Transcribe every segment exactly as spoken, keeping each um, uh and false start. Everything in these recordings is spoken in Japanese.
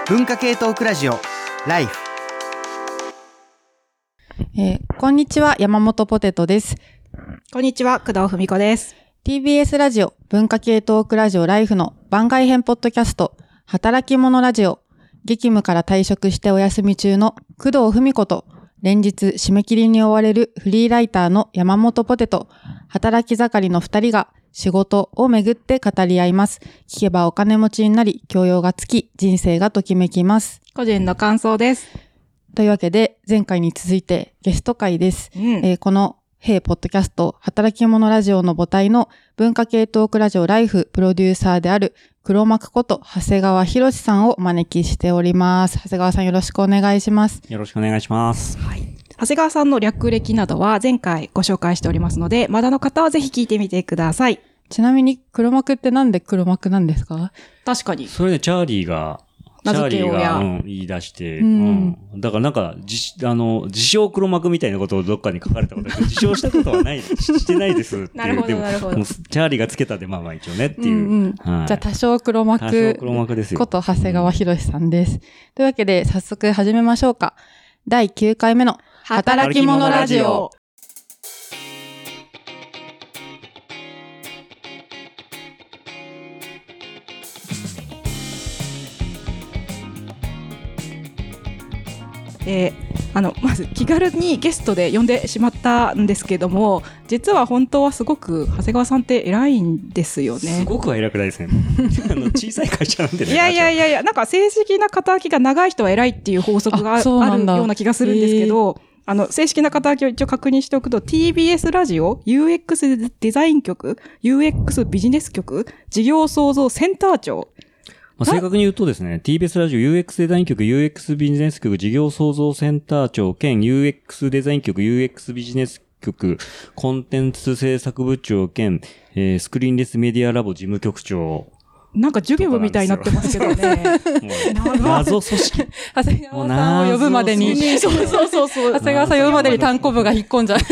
文化系トークラジオライフ、 えー、こんにちは、山本ポテトです。 こんにちは、工藤文子です。 ティービーエス ラジオ文化系トークラジオライフの番外編ポッドキャスト働き者ラジオ、激務から退職してお休み中の工藤文子と連日締め切りに追われるフリーライターの山本ポテト、働き盛りの二人が仕事をめぐって語り合います。聞けばお金持ちになり、教養がつき、人生がときめきます。 個人の感想です。 というわけで、前回に続いてゲスト会です。 うんえー、この弊ポッドキャスト働き者ラジオの母体の文化系トークラジオライフプロデューサーである黒幕こと長谷川博さんをお招きしております。長谷川さん、よろしくお願いします。 よろしくお願いします。 はい。長谷川さんの略歴などは前回ご紹介しておりますので、まだの方はぜひ聞いてみてください。 ちなみに黒幕ってなんで黒幕なんですか？ 確かに。 それでチャーリーが、チャーリーが、うん、言い出して、うんうん、だからなんか、じ、あの、自称黒幕みたいなことをどっかに書かれたことで、自称したことはない、してないですっていう。 なるほど、なるほど。 チャーリーがつけたで、まあまあ一応ねっていう。 うんうんはい、じゃあ多少黒幕。 多少黒幕ですよ。 こと長谷川博さんです、うん。というわけで、早速始めましょうか。だいきゅうかいめの働き者ラジオ。 えー、あのまず気軽にゲストで呼んでしまったんですけども、実は本当はすごく長谷川さんって偉いんですよね。 すごくは偉くないですね。あの小さい会社なんでね。 いやいやいやいや、なんか正式な肩書きが長い人は偉いっていう法則が あ, あるような気がするんですけど、あの正式な肩書きを一応確認しておくと ティービーエス ラジオ ユーエックス デザイン局 ユーエックス ビジネス局事業創造センター長。 まあ、正確に言うとですね、ティービーエス ラジオ ユーエックス デザイン局 ユーエックス ビジネス局事業創造センター長兼 ユーエックス デザイン局 ユーエックス ビジネス局コンテンツ制作部長兼、えー、スクリーンレスメディアラボ事務局長。 なんか授業みたいになってますけどね。 謎組織。 長谷川さんを呼ぶまでに。 そうそうそうそう。 長谷川さん呼ぶまでに単行部が引っ込んじゃう。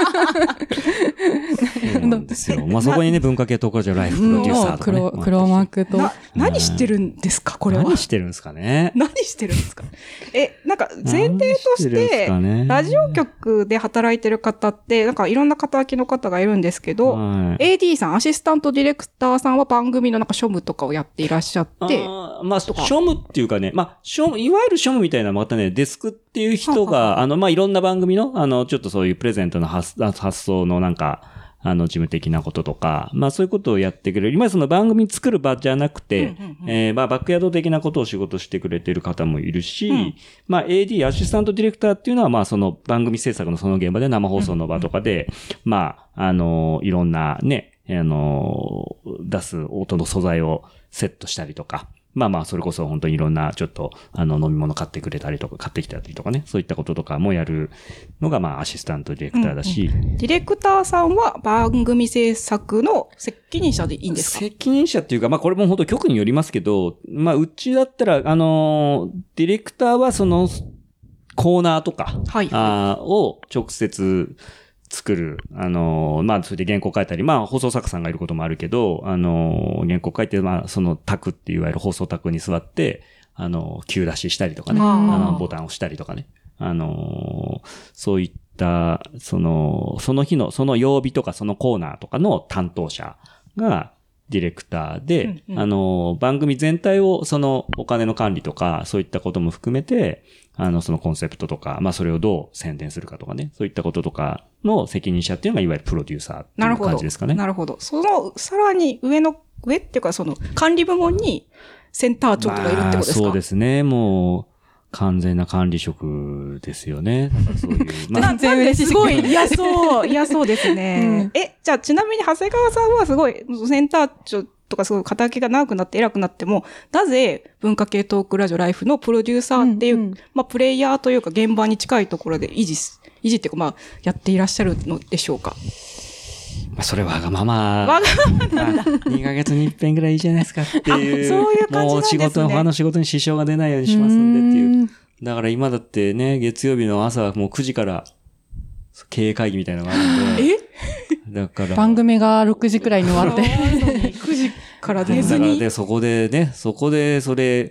そうなんですよ。まあ、そこにね、文化系トークラジオライフプロデューサーとか、ね。 黒、黒幕と。 何してるんですか、これは。 何してるんですかね。 何してるんですか。え、なんか前提として、ね、ラジオ局で働いてる方って、なんかいろんな肩書きの方がいるんですけど、はい、エーディー さん、アシスタントディレクターさんは番組のなんか庶務とかをやっていらっしゃって、 あまあ、庶務っていうかね、まあ、庶務、いわゆる庶務みたいなまたね、デスクっていう人が、ははあの、まあ、いろんな番組の、あの、ちょっとそういうプレゼントの発、発想のなんか、あの、事務的なこととか、まあそういうことをやってくれる。今その番組作る場じゃなくて、うんうんうん、えー、まあバックヤード的なことを仕事してくれてる方もいるし、うん、まあ エーディー、アシスタントディレクターっていうのは、まあその番組制作のその現場で生放送の場とかで、うんうん、まあ、あの、いろんなね、あの、出す音の素材をセットしたりとか、まあまあ、それこそ本当にいろんな、ちょっと、あの、飲み物買ってくれたりとか、買ってきたりとかね、そういったこととかもやるのが、まあ、アシスタントディレクターだし、 うんうん。ディレクターさんは番組制作の責任者でいいんですか？ 責任者っていうか、まあ、これも本当局によりますけど、まあ、うちだったら、あの、ディレクターはその、コーナーとか、はい、あを直接、作る。あの、まあ、それで原稿書いたり、まあ、放送作家さんがいることもあるけど、あの、原稿書いて、まあ、そのタクっていわゆる放送タクに座って、あの、急出ししたりとかね、あのボタンを押したりとかね。あの、そういった、その、その日の、その曜日とかそのコーナーとかの担当者が、ディレクターで、うんうん、あの、番組全体を、その、お金の管理とか、そういったことも含めて、あの、そのコンセプトとか、まあ、それをどう宣伝するかとかね、そういったこととかの責任者っていうのが、いわゆるプロデューサーっていう感じですかね。 なるほど。なるほど。その、さらに上の、上っていうか、その、管理部門に、センター長とかいるってことですか？ まあ、そうですね。もう、完全な管理職ですよね。そういう。 まあ、完全嬉しい。すごい嫌そう、嫌そうですね。うん、え、じゃあちなみに長谷川さんはすごい、センター長とかすごい肩書きが長くなって偉くなっても、なぜ文化系トークラジオライフのプロデューサーっていう、うんうん、まあプレイヤーというか現場に近いところで維持、維持っていうかまあやっていらっしゃるのでしょうか？ まあ、それわがまま。 わがままなんだ。 まあ、にかげつに一遍ぐらいいいじゃないですかっていう。 そういう感じなんですね。 もう仕事の、他の仕事に支障が出ないようにしますんでっていう。だから今だってね、月曜日の朝もうくじから経営会議みたいなのがあるんで。 えだから。 番組がろくじくらいに終わって。 くじから出ずに。 だからで、そこでね、そこでそれ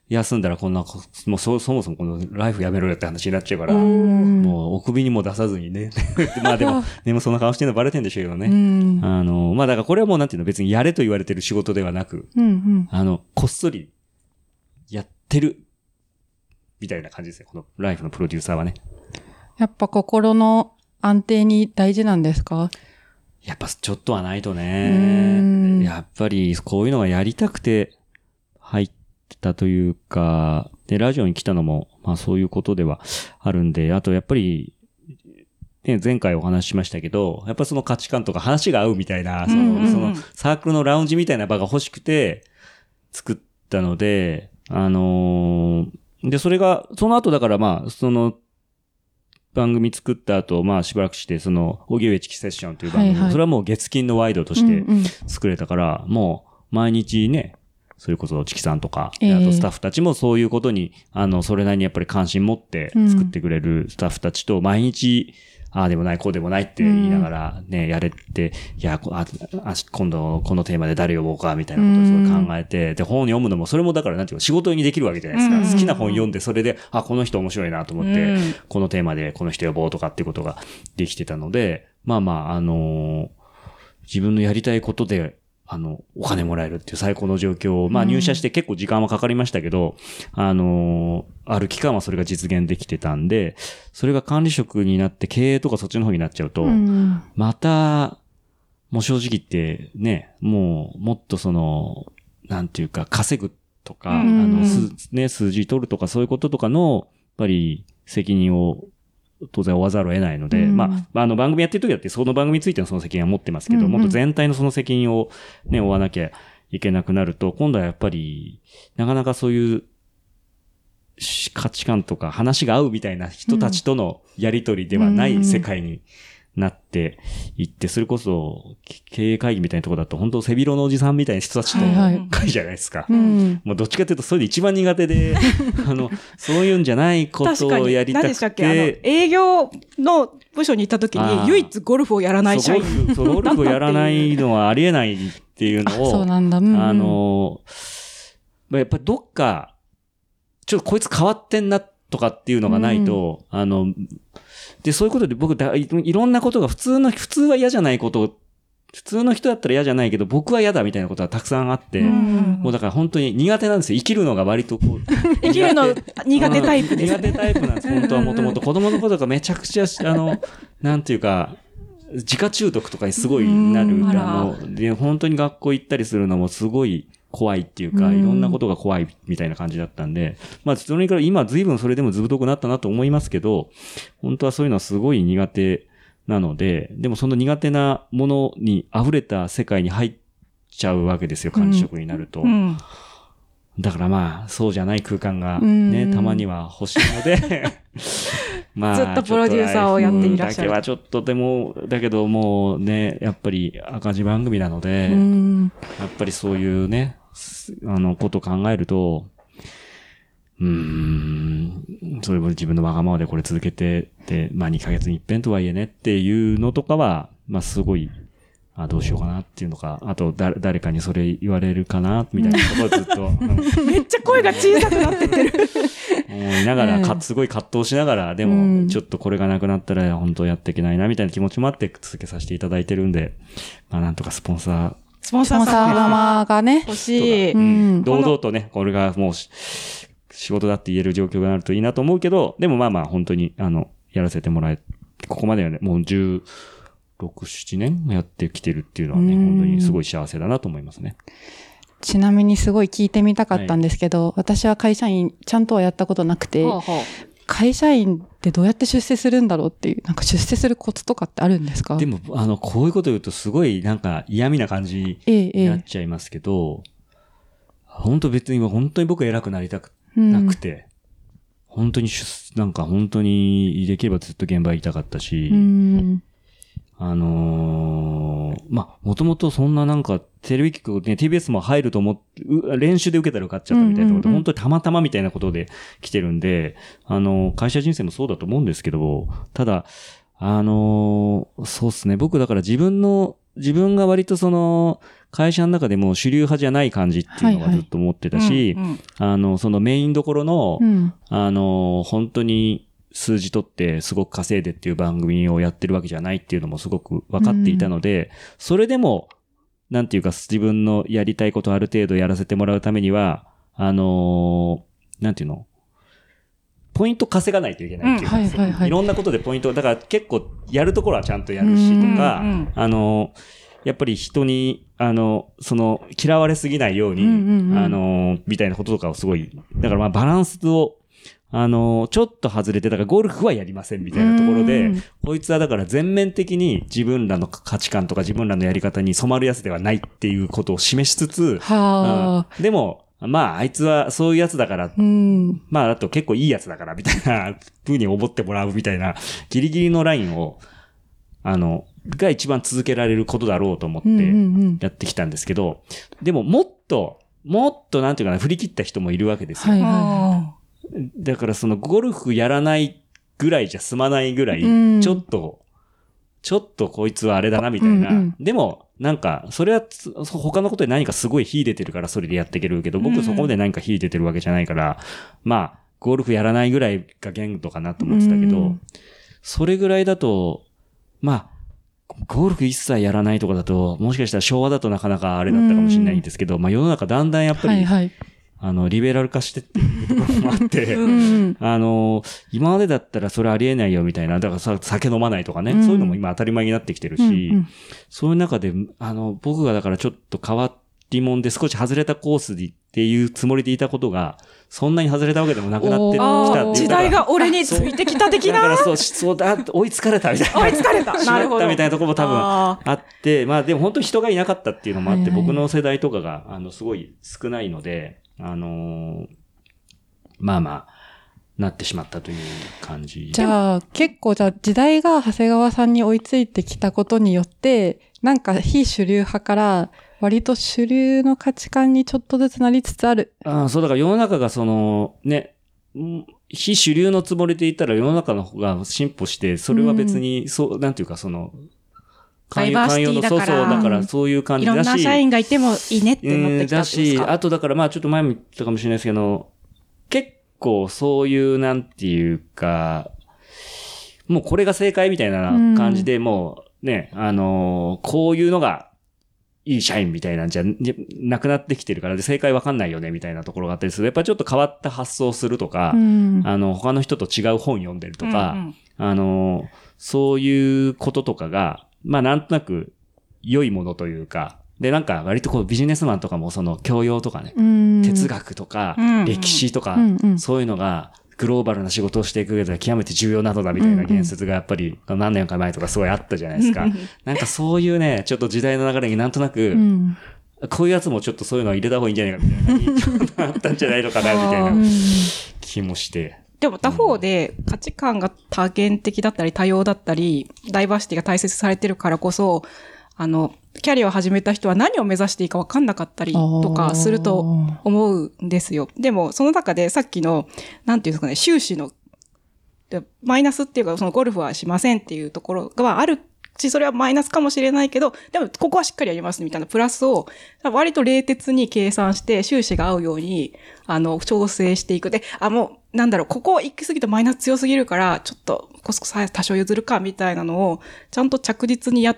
休んだらこんな、もうそ、そもそもこのライフやめろよって話になっちゃうから、もうお首にも出さずにね。まあでも、でもそんな顔してるのバレてんでしょうけどね。あの、まあだからこれはもうなんていうの別にやれと言われてる仕事ではなく、 うんうん、 あの、こっそりやってる、みたいな感じですね。このライフのプロデューサーはね。 やっぱ心の安定に大事なんですか？ やっぱちょっとはないとね。やっぱりこういうのがやりたくて入ったというか、で、ラジオに来たのも、まあそういうことではあるんで、あとやっぱり、ね、前回お話ししましたけど、やっぱその価値観とか話が合うみたいな、その、うんうんうん、そのサークルのラウンジみたいな場が欲しくて作ったので、あのー、で、それが、その後だからまあ、その、番組作った後、まあしばらくして、その、荻上チキセッションという番組、はいはい、それはもう月金のワイドとして作れたから、うんうん、もう毎日ね、それこそチキさんとか、えー、あとスタッフたちもそういうことに、あの、それなりにやっぱり関心持って作ってくれるスタッフたちと毎日、ああでもない、こうでもないって言いながらね、うん、やれて、いや、ああ今度このテーマで誰呼ぼうかみたいなことをすごい考えて、うん、で、本読むのもそれもだからなんていうか仕事にできるわけじゃないですか。うん、好きな本読んでそれで、あ、この人面白いなと思って、うん、このテーマでこの人呼ぼうとかっていうことができてたので、まあまあ、あのー、自分のやりたいことで、あの、お金もらえるっていう最高の状況を、まあ入社して結構時間はかかりましたけど、うん、あの、ある期間はそれが実現できてたんで、それが管理職になって経営とかそっちの方になっちゃうと、うん、また、もう正直言ってね、もうもっとその、なんていうか稼ぐとか、うん、あの、す、ね、数字取るとかそういうこととかの、やっぱり責任を、当然負わざるを得ないので、うん、まあ、あの番組やってる時だってその番組についてのその責任は持ってますけど、うんうん、もっと全体のその責任をね、負わなきゃいけなくなると、今度はやっぱり、なかなかそういう価値観とか話が合うみたいな人たちとのやりとりではない世界になっていって、それこそ経営会議みたいなところだと本当背広のおじさんみたいな人たちとの会じゃないですか。はいはい、うん、もうどっちかというとそれで一番苦手で、あの、そういうんじゃないことをやりたくて。何でしたっけ、あの、営業の部署に行った時に唯一ゴルフをやらない社員。 そう、ゴルフをやらないのはありえないっていうのを、 そうなんだ。うん、 あの、やっぱりどっか、ちょっとこいつ変わってんなとかっていうのがないと、うん、あの、で、そういうことで僕だい、いろんなことが普通の、普通は嫌じゃないことを、普通の人だったら嫌じゃないけど、僕は嫌だみたいなことはたくさんあって、うん、もうだから本当に苦手なんですよ。生きるのが割とこう。 生きるの苦手タイプです。 苦手タイプなんです。本当はもともと子供のことがめちゃくちゃ、あの、なんていうか、自家中毒とかにすごいなる。あの、で、本当に学校行ったりするのもすごい、怖いっていうか、いろんなことが怖いみたいな感じだったんで、まあ、それから今随分それでもずぶとくなったなと思いますけど、本当はそういうのはすごい苦手なので、でもその苦手なものに溢れた世界に入っちゃうわけですよ、管理職になると。うんうん、だからまあ、そうじゃない空間がね、たまには欲しいので、 まあ、ずっとプロデューサーをやっていらっしゃる。 だけはちょっとでも、だけどもうね、やっぱり赤字番組なので、やっぱりそういうね、あの、ことを考えると、うーん、それも自分のわがままでこれ続けて、で、まあにかげつに一遍とはいえねっていうのとかは、まあすごい、あ、どうしようかなっていうのか、あとだ誰かにそれ言われるかなみたいなことをずっと、うん、 めっちゃ声が小さくなってってる思いながら、かすごい葛藤しながら、でもちょっとこれがなくなったら本当やっていけないなみたいな気持ちもあって続けさせていただいてるんで、まあなんとかスポンサースポンサー様がね欲しい、 うん、堂々とねこれがもう仕事だって言える状況があるといいなと思うけど、でもまあまあ本当にあのやらせてもらえ、ここまではねもうじゅうろく、ななねんやってきてるっていうのはね、本当にすごい幸せだなと思いますね。 ちなみにすごい聞いてみたかったんですけど、はい、私は会社員ちゃんとはやったことなくて、はあはあ、会社員ってどうやって出世するんだろうっていう、なんか出世するコツとかってあるんですか？ でも、あの、こういうこと言うとすごいなんか嫌味な感じになっちゃいますけど、ええ、本当別に本当に僕偉くなりたくなくて、うん、本当になんか本当にできればずっと現場にいたかったし、うん、あのー、まあ、もともとそんななんかテレビ局ね、ティービーエス も入ると思って、練習で受けたら受かっちゃったみたいなこと、うんうんうん、本当にたまたまみたいなことで来てるんで、あのー、会社人生もそうだと思うんですけど、ただ、あのー、そうですね、僕だから自分の自分が割とその、会社の中でも主流派じゃない感じっていうのはずっと思ってたし、 はいはい、 あの、そのメインどころの、 うん、 あの、本当に数字取ってすごく稼いでっていう番組をやってるわけじゃないっていうのもすごく分かっていたので、うん、それでも、なんていうか自分のやりたいことをある程度やらせてもらうためには、あのー、なんていうのポイント稼がないといけないっていうか、うんはいはいはい、いろんなことでポイント、だから結構やるところはちゃんとやるしとか、うんうん、あのー、やっぱり人に、あの、その、嫌われすぎないように、うんうんうん、あのー、みたいなこととかをすごい、だからまあバランスを、あのー、ちょっと外れて、だからゴルフはやりませんみたいなところで、こいつはだから全面的に自分らの価値観とか自分らのやり方に染まるやつではないっていうことを示しつつ、はうん、でも、まあ、あいつはそういうやつだから、うん、まあ、あと結構いいやつだから、みたいな風に思ってもらうみたいな、ギリギリのラインを、あの、が一番続けられることだろうと思ってやってきたんですけど、うんうんうん、でももっと、もっとなんていうかな、振り切った人もいるわけですよ。はいはい、だからそのゴルフやらないぐらいじゃ済まないぐらい、うん、ちょっと、ちょっとこいつはあれだなみたいな。うんうん、でも、なんか、それは他のことで何かすごい秀でてるからそれでやっていけるけど、僕そこで何か秀でてるわけじゃないから、うん、まあ、ゴルフやらないぐらいが限度かなと思ってたけど、うん、それぐらいだと、まあ、ゴルフ一切やらないとかだと、もしかしたら昭和だとなかなかあれだったかもしれないんですけど、まあ世の中だんだんやっぱり、はいはい、あの、リベラル化してっていうところもあって、うん、あの、今までだったらそれありえないよみたいな、だからさ、酒飲まないとかね、うん、そういうのも今当たり前になってきてるし、うんうん、そういう中で、あの、僕がだからちょっと変わりもんで少し外れたコースでっていうつもりでいたことが、そんなに外れたわけでもなくなってきたっていう。 時代が俺についてきた的な。 だからそう、そうだ、追いつかれたみたいな。 追いつかれた。なるほど。 みたいなところも多分あって、まあでも本当に人がいなかったっていうのもあって、はいはい、僕の世代とかが、あの、すごい少ないので、あのー、まあまあ、なってしまったという感じ。 じゃあ、結構じゃあ時代が長谷川さんに追いついてきたことによって、なんか非主流派から、割と主流の価値観にちょっとずつなりつつある。 ああ、そうだから世の中がその、ね、非主流のつもりでいたら世の中の方が進歩して、それは別に、うん、そう、なんていうかその、 ダイバーシティだから、 そうそう、だからそういう感じだし。いろんな社員がいてもいいねってなってきたんですか、 だし、あとだからまあちょっと前も言ったかもしれないですけど、結構そういうなんていうか、もうこれが正解みたいな感じで、うん、もうね、あのー、こういうのが、いい社員みたいなんじゃなくなってきてるからで正解わかんないよねみたいなところがあったりする。やっぱりちょっと変わった発想をするとか、うん、あの他の人と違う本読んでるとか、うんうん、あのそういうこととかがまあなんとなく良いものというか、でなんか割とこうビジネスマンとかもその教養とかね、うん、哲学とか、うんうん、歴史とか、うんうん、そういうのがグローバルな仕事をしていく上では極めて重要なのだみたいな言説がやっぱり何年か前とかすごいあったじゃないですか。なんかそういうね、ちょっと時代の流れになんとなく、うん、こういうやつもちょっとそういうのを入れた方がいいんじゃないかみたいな感じにあったんじゃないのかなみたいな気もして。 でも他方で価値観が多元的だったり多様だったり、ダイバーシティが大切されてるからこそ、あの、キャリアを始めた人は何を目指していいか分かんなかったりとかすると思うんですよ。でも、その中でさっきの、なんていうんですかね、収支の、マイナスっていうか、そのゴルフはしませんっていうところがあるし、それはマイナスかもしれないけど、でもここはしっかりやりますみたいなプラスを、割と冷徹に計算して、収支が合うように、あの、調整していく。で、あ、もう、なんだろう、ここ行き過ぎてマイナス強すぎるから、ちょっと、コスコ多少譲るか、みたいなのを、ちゃんと着実にやって、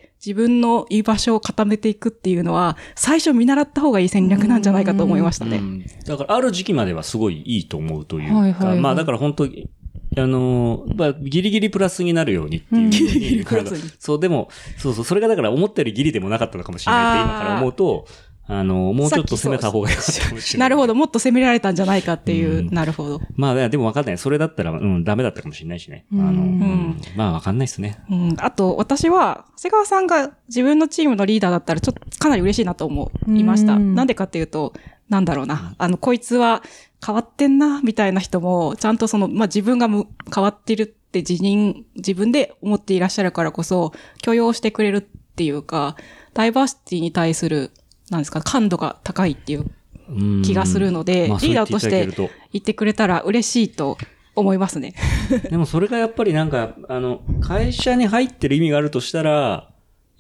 自分の居場所を固めていくっていうのは、最初見習った方がいい戦略なんじゃないかと思いましたね。うん、 だから、ある時期まではすごいいいと思うというか、はいはいはい、まあ、だから本当に、あの、まあ、ギリギリプラスになるようにっていう。ギリギリプラスに。そう、でも、そうそう、それがだから思ったよりギリでもなかったのかもしれないって今から思うと、あの、もうちょっと攻めた方がよかったかもしれない。 なるほど、もっと攻められたんじゃないかっていう、うん、なるほど。 まあ、でも分かんない。それだったら、うん、ダメだったかもしれないしね。あの、うん、まあ、分かんないですね。 うん。あと、私は、長谷川さんが自分のチームのリーダーだったら、ちょっとかなり嬉しいなと思いました。なんでかっていうと、なんだろうな。あの、こいつは変わってんな、みたいな人も、ちゃんとその、まあ、自分がむ変わってるって自認、自分で思っていらっしゃるからこそ、許容してくれるっていうか、ダイバーシティに対する、なんですか、感度が高いっていう気がするので、まあ、リーダーとして言ってくれたら嬉しいと思いますね。 でもそれがやっぱりなんか、あの、会社に入ってる意味があるとしたら、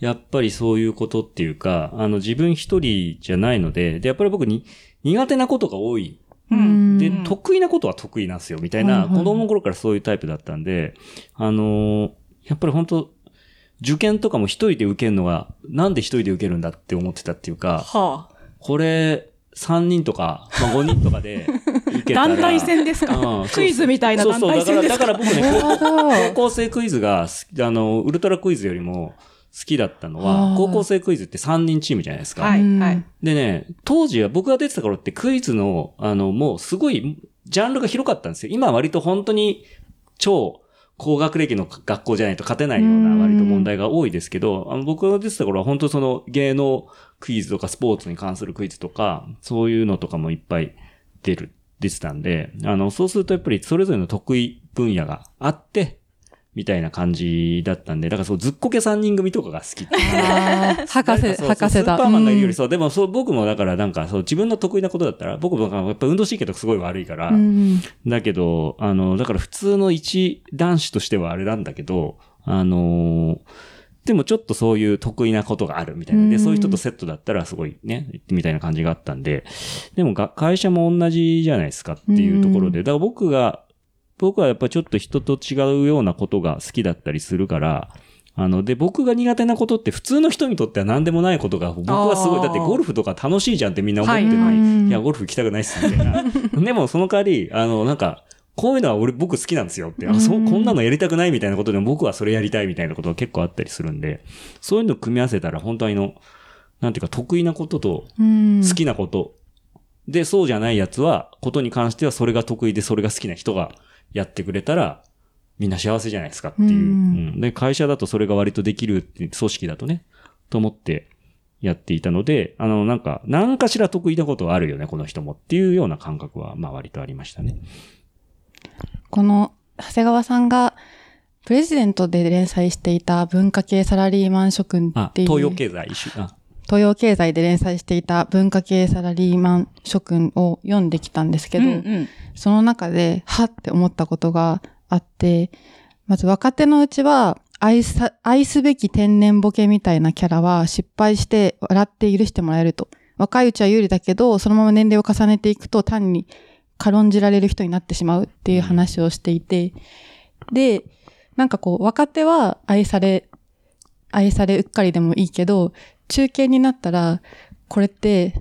やっぱりそういうことっていうか、あの自分一人じゃないので、で、やっぱり僕に苦手なことが多い。 うん、 で、得意なことは得意なんですよ、みたいな、子供の頃からそういうタイプだったんで、あのー、やっぱり本当受験とかも一人で受けるのが、なんで一人で受けるんだって思ってたっていうか、はあ、これ、三人とか、まあ、五人とかで受けたら団体戦ですか、うん、クイズみたいな団体戦ですか。 そうそう、だから、だから僕ね、高校生クイズが、あの、ウルトラクイズよりも好きだったのは、高校生クイズって三人チームじゃないですか。 はい、はい。 でね、当時は僕が出てた頃ってクイズの、あの、もうすごい、ジャンルが広かったんですよ。今は割と本当に超、高学歴の学校じゃないと勝てないような割と問題が多いですけど、あの僕が出てた頃は本当その芸能クイズとかスポーツに関するクイズとか、そういうのとかもいっぱい出る、出てたんで、あの、そうするとやっぱりそれぞれの得意分野があって、みたいな感じだったんで、だからそう、ずっこけ三人組とかが好きって。 あ博士、博士だ。 スーパーマンがいるよりそう、でもそう、僕もだからなんかそう、自分の得意なことだったら、僕もやっぱ運動神経とかすごい悪いから、うん、だけど、あの、だから普通の一男子としてはあれなんだけど、あのー、でもちょっとそういう得意なことがあるみたいな。で、そういう人とセットだったらすごいね、みたいな感じがあったんで、でも会社も同じじゃないですかっていうところで、だから僕が、僕はやっぱちょっと人と違うようなことが好きだったりするから、あの、で、僕が苦手なことって普通の人にとっては何でもないことが、僕はすごい、だってゴルフとか楽しいじゃんってみんな思ってるのに、はい、いや、ゴルフ行きたくないっすみたいな。でもその代わり、あの、なんか、こういうのは俺、僕好きなんですよって、あ、そう、こんなのやりたくないみたいなことでも僕はそれやりたいみたいなことが結構あったりするんで、そういうのを組み合わせたら本当にの、なんていうか得意なことと好きなこと、で、そうじゃないやつは、ことに関してはそれが得意でそれが好きな人が、やってくれたら、みんな幸せじゃないですかっていう。うんうん、で、会社だとそれが割とできるっていう、組織だとね、と思ってやっていたので、あの、なんか、何かしら得意なことはあるよね、この人もっていうような感覚は、まあ割とありましたね。 この、長谷川さんが、プレジデントで連載していた文化系サラリーマン諸君っていう。 あ、東洋経済一緒。あ東洋経済で連載していた文化系サラリーマン諸君を読んできたんですけど、うんうん、その中で、はって思ったことがあって、まず若手のうちは愛さ、愛すべき天然ボケみたいなキャラは失敗して笑って許してもらえると。若いうちは有利だけど、そのまま年齢を重ねていくと単に軽んじられる人になってしまうっていう話をしていて、で、なんかこう、若手は愛され、愛されうっかりでもいいけど、中堅になったら、これって、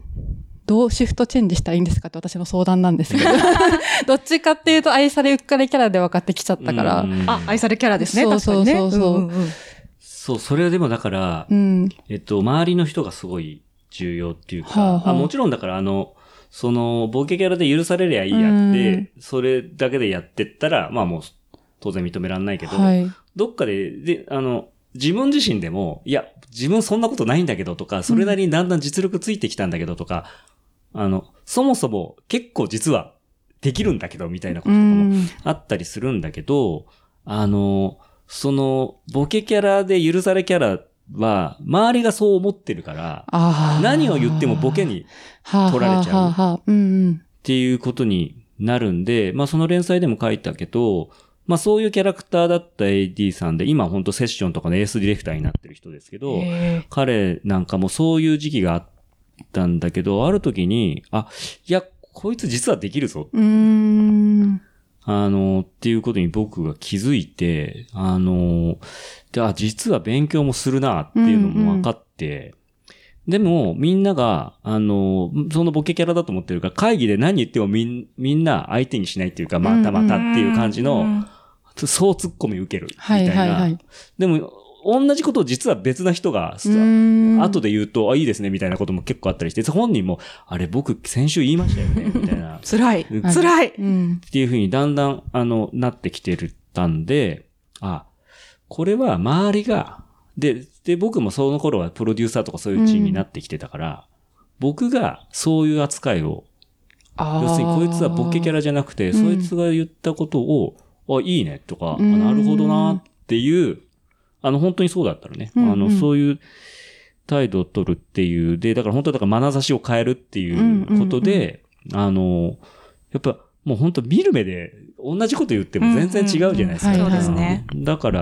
どうシフトチェンジしたらいいんですかって私の相談なんですけど。どっちかっていうと愛されうっかりキャラで分かってきちゃったから。 あ、愛されキャラですね。 そうそうそうそう。うんうんうん、 そう、それはでもだから、うん、えっと、周りの人がすごい重要っていうか、はあはあ、あもちろんだからあの、その、ボケキャラで許されりゃいいやって、うん、それだけでやってったら、まあもう、当然認めらんないけど、はい、どっかで、で、あの、自分自身でも、いや、自分そんなことないんだけどとか、それなりにだんだん実力ついてきたんだけどとか、うん、あの、そもそも結構実はできるんだけどみたいなこととかもあったりするんだけど、あの、その、ボケキャラで許されキャラは、周りがそう思ってるから、何を言ってもボケに取られちゃうっていうことになるんで、まあその連載でも書いたけど、まあそういうキャラクターだった エーディー さんで、今ほんとセッションとかのエースディレクターになってる人ですけど、彼なんかもそういう時期があったんだけど、ある時に、あ、いや、こいつ実はできるぞ。うーんあの、っていうことに僕が気づいて、あの、であ、実は勉強もするなっていうのも分かって、うんうんでも、みんなが、あの、そのボケキャラだと思ってるから、会議で何言ってもみん、みんな相手にしないっていうか、またまたっていう感じの、そう突っ込み受ける。みたいな。はいはいはい、でも、同じことを実は別な人が、後で言うと、あ、いいですね、みたいなことも結構あったりして、本人も、あれ、僕、先週言いましたよね、みたいな。 辛い。辛い。 っていうふうに、だんだん、あの、なってきてるたんで、あ、これは周りが、で、で、僕もその頃はプロデューサーとかそういう地位になってきてたから、うん、僕がそういう扱いを、要するにこいつはボケキャラじゃなくて、うん、そいつが言ったことを、あ、いいねとか、うん、なるほどなっていう、あの、本当にそうだったらね、うんうん、あの、そういう態度を取るっていう、で、だから本当だから眼差しを変えるっていうことで、うんうんうん、あの、やっぱもう本当見る目で同じこと言っても全然違うじゃないですか。 そうですね。 だから、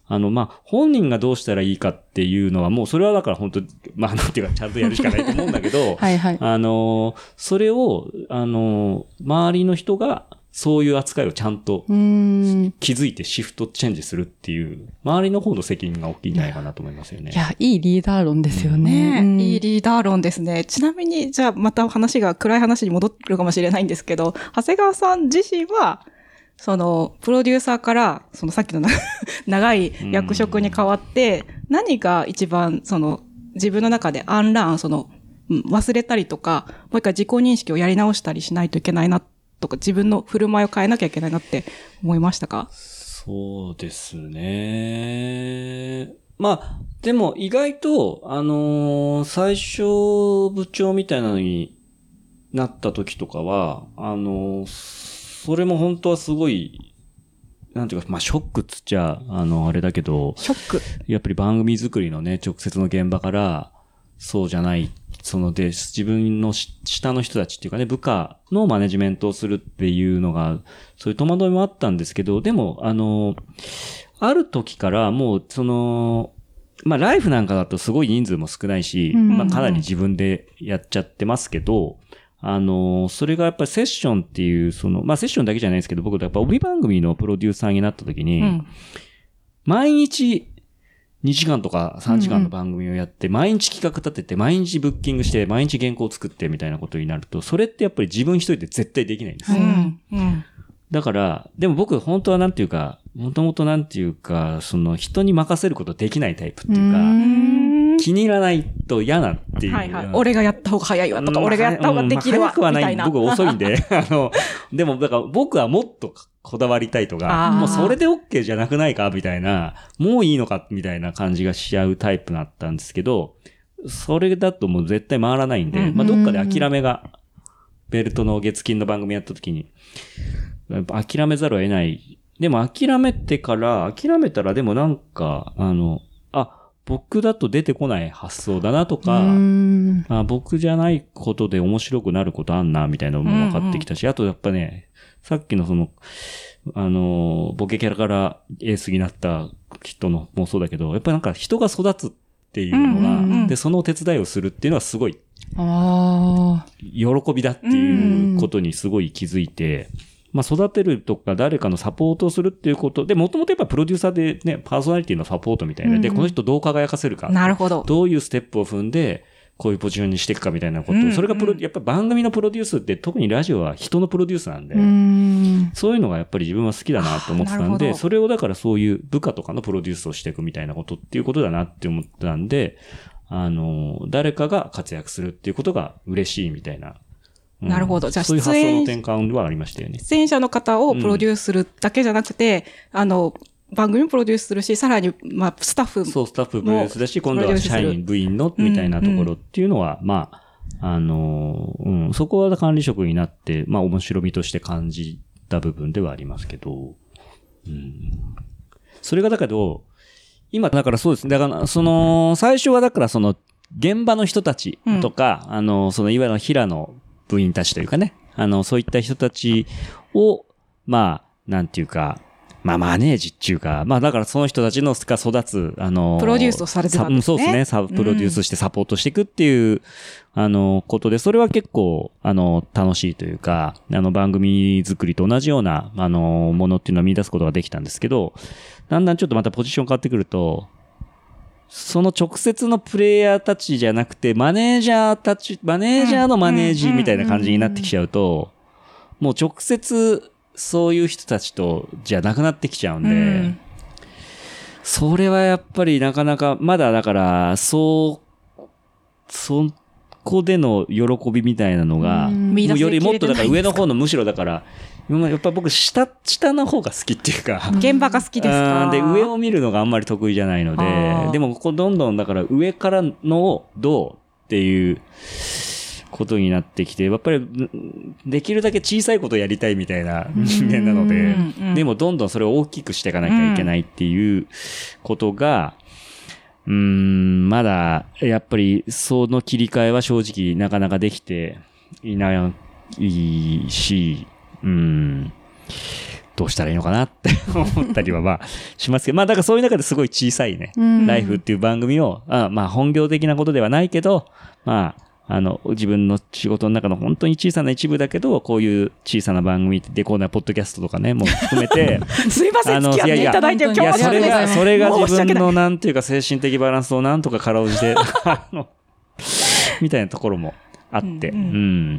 あの、まあ、本人がどうしたらいいかっていうのはもうそれはだから本当、まあ、なんていうかちゃんとやるしかないと思うんだけど、 はいはい。 あの、それを、あの、周りの人がそういう扱いをちゃんと気づいてシフトチェンジするっていう、周りの方の責任が大きいんじゃないかなと思いますよね。 いや、いいリーダー論ですよね。 ね、うん、いいリーダー論ですね。ちなみに、じゃあまた話が暗い話に戻るかもしれないんですけど、長谷川さん自身は、その、プロデューサーから、そのさっきの長い役職に変わって、何が一番、その、自分の中でアンラーン、その、忘れたりとか、もう一回自己認識をやり直したりしないといけないな、とか、自分の振る舞いを変えなきゃいけないなって思いましたか？ そうですね。まあ、でも意外と、あのー、最初部長みたいなのになった時とかは、あのー、それも本当はすごい、なんていうか、まあ、ショックっつっちゃ、あの、あれだけど、 ショック。 やっぱり番組作りのね、直接の現場から、そうじゃない、そので、自分の下の人たちっていうかね、部下のマネジメントをするっていうのが、そういう戸惑いもあったんですけど、でも、あの、ある時からもう、その、まあ、ライフなんかだとすごい人数も少ないし、うんうんうん、まあ、かなり自分でやっちゃってますけど、あの、それがやっぱりセッションっていう、その、まあ、セッションだけじゃないですけど、僕やっぱ帯番組のプロデューサーになった時に、うん、毎日にじかんとかさんじかんの番組をやって、うんうん、毎日企画立てて、毎日ブッキングして、毎日原稿を作ってみたいなことになると、それってやっぱり自分一人で絶対できないんですよ。うんうん、だから、でも僕本当はなんていうか、もともとなんていうか、その人に任せることできないタイプっていうか、う気に入らないと嫌なっていう。 はいはい。俺がやった方が早いわとか、俺がやった方ができるわ、 早くはない。 みたいな。 僕遅いんで。あの、でも、だから僕はもっとこだわりたいとか、もうそれで OK じゃなくないかみたいな、もういいのかみたいな感じがしちゃうタイプだったんですけど、それだともう絶対回らないんで、うん、まあどっかで諦めが、ベルトの月金の番組やった時に、やっぱ諦めざるを得ない。でも諦めてから、諦めたらでもなんか、あの、あ、僕だと出てこない発想だなとか、あ僕じゃないことで面白くなることあんな、みたいなのも分かってきたし、うんうん、あとやっぱね、さっきのその、あの、ボケキャラからエースになった人のもそうだけど、やっぱなんか人が育つっていうのが、うんうんうん、で、その手伝いをするっていうのはすごい、あ喜びだっていうことにすごい気づいて、まあ育てるとか誰かのサポートをするっていうことで、もともとやっぱプロデューサーでね、パーソナリティのサポートみたいな、うん、で、この人どう輝かせるか。 なるほど。 どういうステップを踏んで、こういうポジションにしていくかみたいなこと。うんうん、それがプロ、やっぱ番組のプロデュースって特にラジオは人のプロデュースなんで、うんそういうのがやっぱり自分は好きだなと思ってたんで、それをだからそういう部下とかのプロデュースをしていくみたいなことっていうことだなって思ってたんで、あの、誰かが活躍するっていうことが嬉しいみたいな。 うん、なるほど。じゃあ、 そういう発想の転換はありましたよね。 出演者の方をプロデュースするだけじゃなくて、うん、あの、番組もプロデュースするし、さらに、まあ、スタッフも。 そう、スタッフプロデュースだし、今度は社員、部員の、みたいなところっていうのは、うんうん、まあ、あの、うん、そこは管理職になって、まあ、面白みとして感じた部分ではありますけど、うん。それがだけど、今、だからそうですね。だから、その、最初はだからその、現場の人たちとか、うん、あの、その、いわゆる平野部員たちというかね、あの、そういった人たちを、まあ、なんていうか、まあ、マネージっていうか、まあ、だからその人たちのが育つ、あの、 プロデュースをされてたんですね。 そうですね。サプロデュースしてサポートしていくっていう、うん、あの、ことで、それは結構、あの、楽しいというか、あの、番組作りと同じような、あの、ものっていうのを見出すことができたんですけど、だんだんちょっとまたポジション変わってくると、その直接のプレイヤーたちじゃなくて、マネージャーたち、マネージャーのマネージみたいな感じになってきちゃうと、もう直接そういう人たちとじゃなくなってきちゃうんで、うん、それはやっぱりなかなか、まだだから、そう、そこでの喜びみたいなのが、うん、よりもっとだから上の方のむしろだから、やっぱ僕下、下の方が好きっていうか。 現場が好きですか？ で、上を見るのがあんまり得意じゃないので、でもここどんどんだから上からのをどうっていうことになってきて、やっぱりできるだけ小さいことをやりたいみたいな人間なので、でもどんどんそれを大きくしていかなきゃいけないっていうことが、うーん、まだやっぱりその切り替えは正直なかなかできていないし、うん。 どうしたらいいのかなって思ったりはまあしますけど、まあだからそういう中ですごい小さいね、ライフっていう番組を、あまあ本業的なことではないけど、まあ、あの、自分の仕事の中の本当に小さな一部だけど、こういう小さな番組でこうなポッドキャストとかね、もう含めて。 すいません、付き合っていただいて、今日はそれが、それが自分のなんていうか精神的バランスをなんとかかろうじて、あの、みたいなところもあって、うん、うんうん、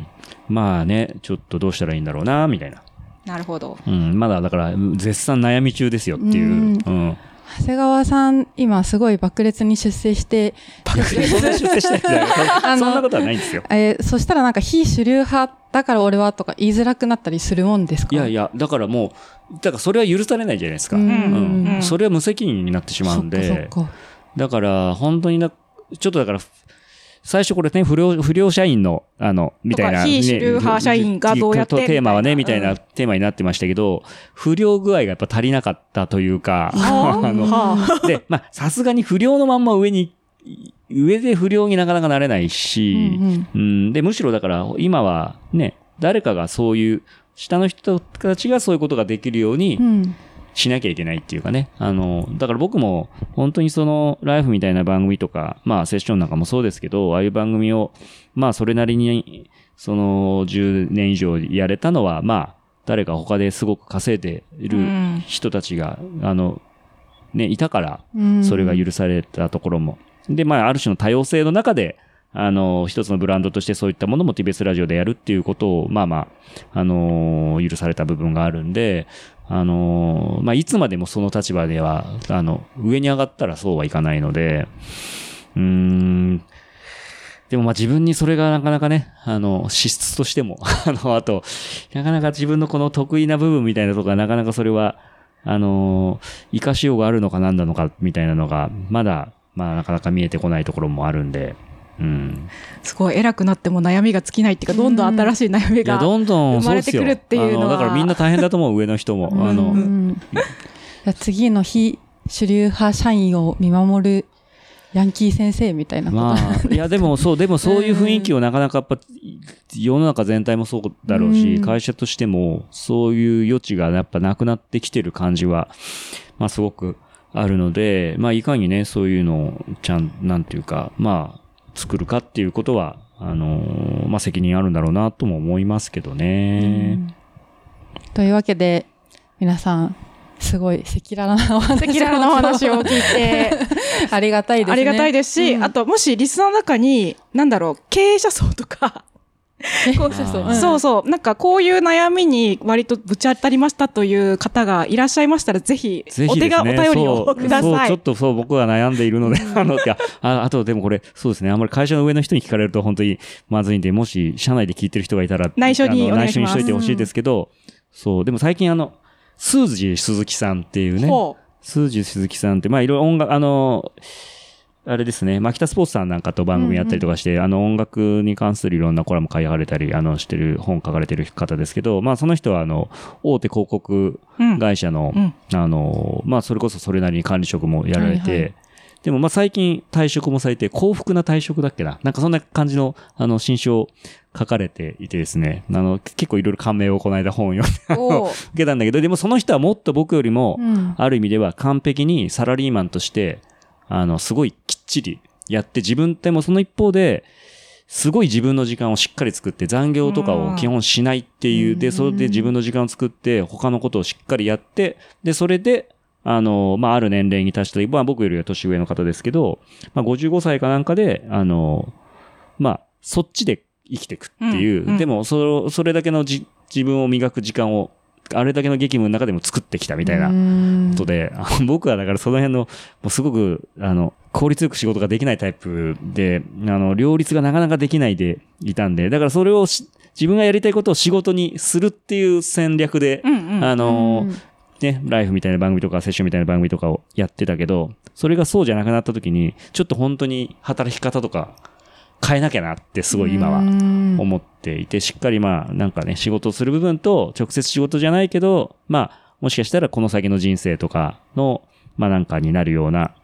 まあね、ちょっとどうしたらいいんだろうな、みたいな。 なるほど。 うん、まだだから絶賛悩み中ですよっていう。うん、うん長谷川さん、今すごい爆裂に出世して、 爆裂そんな出世してないそんなことはないんですよ。 えー、そしたらなんか非主流派だから俺はとか言いづらくなったりするもんですか？ いやいや、だからもう、だからそれは許されないじゃないですか。うんうんうん、それは無責任になってしまうんで、そっかそっかだから本当にな、ちょっとだから、最初これね、不良、不良社員の、あの、みたいな、ね。 非主流派社員がどうやって。 テーマはね、みたいなテーマになってましたけど、不良具合がやっぱ足りなかったというか、あの、で、まあ、さすがに不良のまんま上に、上で不良になかなかなれないし、うんうんうん、で、むしろだから今はね、誰かがそういう、下の人たちがそういうことができるように、うんしなきゃいけないっていうかね。あの、だから僕も本当にそのライフみたいな番組とか、まあセッションなんかもそうですけど、ああいう番組を、まあそれなりに、そのじゅうねん以上やれたのは、まあ誰か他ですごく稼いでいる人たちが、うん、あの、ね、いたから、それが許されたところも。で、まあある種の多様性の中で、あの、一つのブランドとしてそういったものも ティービーエス ラジオでやるっていうことを、まあまあ、あの、許された部分があるんで、あのー、まあ、いつまでもその立場では、あの、上に上がったらそうはいかないので、うーん、でもま、自分にそれがなかなかね、あの、資質としても、あの、あと、なかなか自分のこの得意な部分みたいなところがなかなかそれは、あのー、活かしようがあるのかなんだのかみたいなのが、まだ、まあ、なかなか見えてこないところもあるんで、うん、 すごい偉くなっても悩みが尽きないっていうか、どんどん新しい悩みが生まれてくるっていうのは、 だからみんな大変だと思う上の人も、あの、うん、 次の非主流派社員を見守るヤンキー先生みたいなこと、まあ、いやでもそうでもそういう雰囲気をなかなかやっぱ世の中全体もそうだろうし、うん、会社としてもそういう余地がやっぱなくなってきてる感じはまあすごくあるので、まあいかにねそういうのをちゃんなんていうかまあ作るかっていうことは、あのー、まあ、責任あるんだろうなとも思いますけどね。 うん、というわけで、皆さん、すごい赤裸々なお話を。 赤裸々なお話を聞いて、 ありがたいですね。 ありがたいですし、うん、あと、もしリスナーの中に、なんだろう、経営者層とか、こうそうそうそう。なんかこういう悩みに割とぶち当たりましたという方がいらっしゃいましたら、ぜひ、お手が、ね、お便りをください。 そう、ちょっとそう、僕は悩んでいるので、あの、いや、あ、あとでもこれ、そうですね、あんまり会社の上の人に聞かれると本当にまずいんで、もし社内で聞いてる人がいたら、 内緒にお願いします。 内緒にしといてほしいですけど、うん、そう、でも最近あの、スージ鈴木さんっていうね、スージ鈴木さんって、まあいろいろ音楽、あの、あれですね、マキタスポーツさんなんかと番組やったりとかして、うんうん、あの音楽に関するいろんなコラム書かれたり、あのしてる本書かれてる方ですけど、まあその人はあの大手広告会社の、うんうん、あのまあそれこそそれなりに管理職もやられて、はいはい、でもまあ最近退職もされて幸福な退職だっけな、なんかそんな感じのあの新書を書かれていてですね、あの結構いろいろ感銘をこの間本を読んで受けたんだけど、でもその人はもっと僕よりも、うん、ある意味では完璧にサラリーマンとしてあの、すごいきっちりやって自分でもその一方で、すごい自分の時間をしっかり作って残業とかを基本しないっていう、で、それで自分の時間を作って他のことをしっかりやって、で、それで、あの、まあ、ある年齢に達した、まあ、僕よりは年上の方ですけど、まあ、ごじゅうごさいかなんかで、あの、まあ、そっちで生きていくっていう、うんうん、でも、それ、それだけのじ自分を磨く時間をあれだけの激務の中でも作ってきたみたいなことで、僕はだからその辺の、もうすごく、あの、効率よく仕事ができないタイプで、あの、両立がなかなかできないでいたんで、だからそれを自分がやりたいことを仕事にするっていう戦略で、うんうん、あの、ね、ライフみたいな番組とか、セッションみたいな番組とかをやってたけど、それがそうじゃなくなった時に、ちょっと本当に働き方とか、変えなきゃなってすごい今は思っていて、しっかりまあなんかね仕事をする部分と直接仕事じゃないけど、まあもしかしたらこの先の人生とかのまあなんかになるような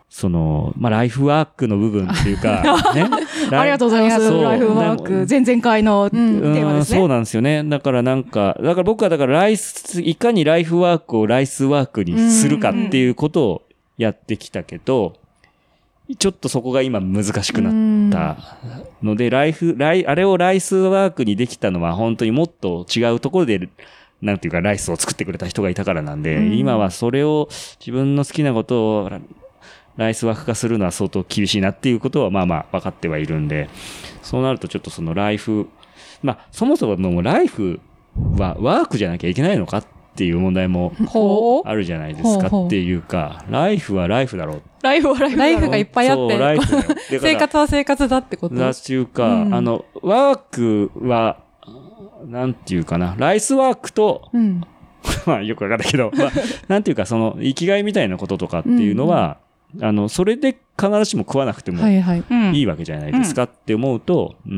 その、まあ、ライフワークの部分っていうか、ね。 ありがとうございます。ライフワーク。前々回のテーマですね。 そうなんですよね。だからなんか、だから僕はだからライス、いかにライフワークをライスワークにするかっていうことをやってきたけど、ちょっとそこが今難しくなったので、ライフ、ライ、あれをライスワークにできたのは本当にもっと違うところで、なんていうかライスを作ってくれた人がいたからなんで、今はそれを自分の好きなことをライスワーク化するのは相当厳しいなっていうことはまあまあ分かってはいるんで、そうなるとちょっとそのライフ、まあそもそももうライフはワークじゃなきゃいけないのかっていう問題もあるじゃないですかっていうか、ライフはライフだろう。 ライフはライフだろう。 ライフがいっぱいあって。 そう、ライフだよ。 生活は生活だってことだっていうか、うん、あの、ワークは、なんていうかな、ライスワークと、うん、まあよくわかんないけど、まあ、なんていうかその生きがいみたいなこととかっていうのは、うんうん、あの、それで必ずしも食わなくてもいいわけじゃないですかって思うと、うん、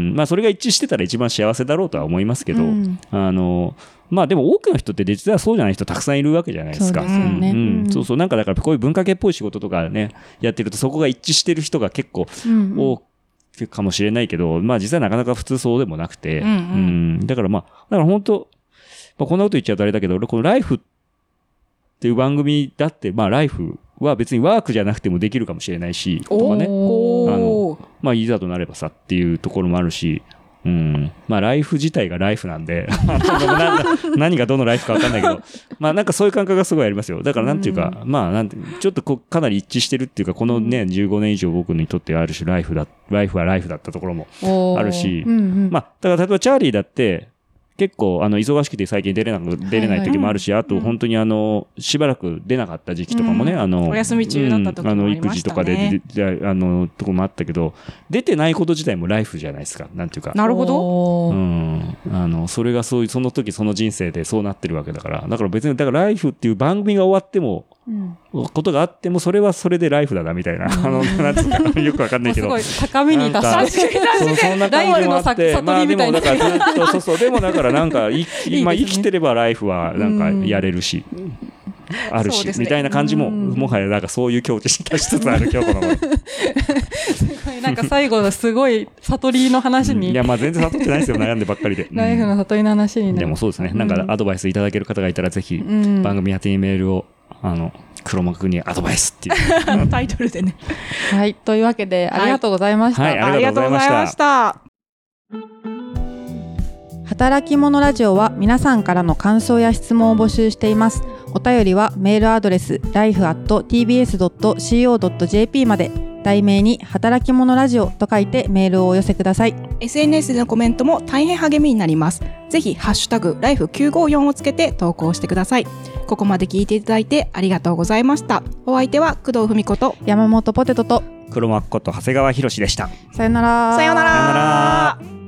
まあそれが一致してたら一番幸せだろうとは思いますけど、うん、あの、まあでも多くの人って実はそうじゃない人たくさんいるわけじゃないですか。そうですよね。うんうん、そうそう。なんかだからこういう文化系っぽい仕事とかね、やってるとそこが一致してる人が結構多くかもしれないけど、まあ実際なかなか普通そうでもなくて、うんうんうん、だからまあ、だから本当、まあ、こんなこと言っちゃうとあれだけど、俺このライフっていう番組だって、まあライフは別にワークじゃなくてもできるかもしれないし、とかね。あの、まあいざとなればさっていうところもあるし、うん。まあ、ライフ自体がライフなんで、何がどのライフか分かんないけど、まあ、なんかそういう感覚がすごいありますよ。だから、なんていうか、うん、まあ、なんて、ちょっとこうかなり一致してるっていうか、このね、じゅうごねん以上僕にとってある種、ライフだ、ライフはライフだったところもあるし、うんうん、まあ、だから、例えば、チャーリーだって、結構、あの、忙しくて最近出れなく、出れない時もあるし、はいはい、あと、本当にあの、しばらく出なかった時期とかもね、うん、あの、 お休み中だった時もありましたね。 あの、育児とかで、であの、とこもあったけど、出てないこと自体もライフじゃないですか、なんていうか。 なるほど。 うん。あの、それがそういう、その時その人生でそうなってるわけだから、だから別に、だからライフっていう番組が終わっても、うん、ことがあってもそれはそれでライフだなみたいな、うん、あのなんつうかよくわかんないけど、 すごい高みに達してそうそんな感じもあって、まあでもだからずっとそうそうでもだからなんかいいい、まあ、生きてればライフはなんかやれるし、うん、あるし、ね、みたいな感じも、うん、もはやなんかそういう境地に達しつつある今日この頃。 なんか最後のすごい悟りの話に、 うん、いやまあ全然悟ってないですよ悩んでばっかりでライフの悟りの話になる。 でもそうですね、なんかアドバイスいただける方がいたらぜひ番組宛てにメールをあの黒幕にアドバイスっていうタイトルでね。 はい、というわけでありがとうございました。 はい、はい、ありがとうございました。 働き者ラジオは皆さんからの感想や質問を募集しています。お便りはメールアドレス ライフアットティービーエスドットシーオードットジェーピー まで、題名に働き者ラジオと書いてメールをお寄せください。 エスエヌエス でのコメントも大変励みになります。ぜひハッシュタグライフきゅうごよんをつけて投稿してください。ここまで聞いていただいてありがとうございました。お相手は工藤文子と山本ポテトと黒幕こと長谷川博でした。 さよなら。 さよなら。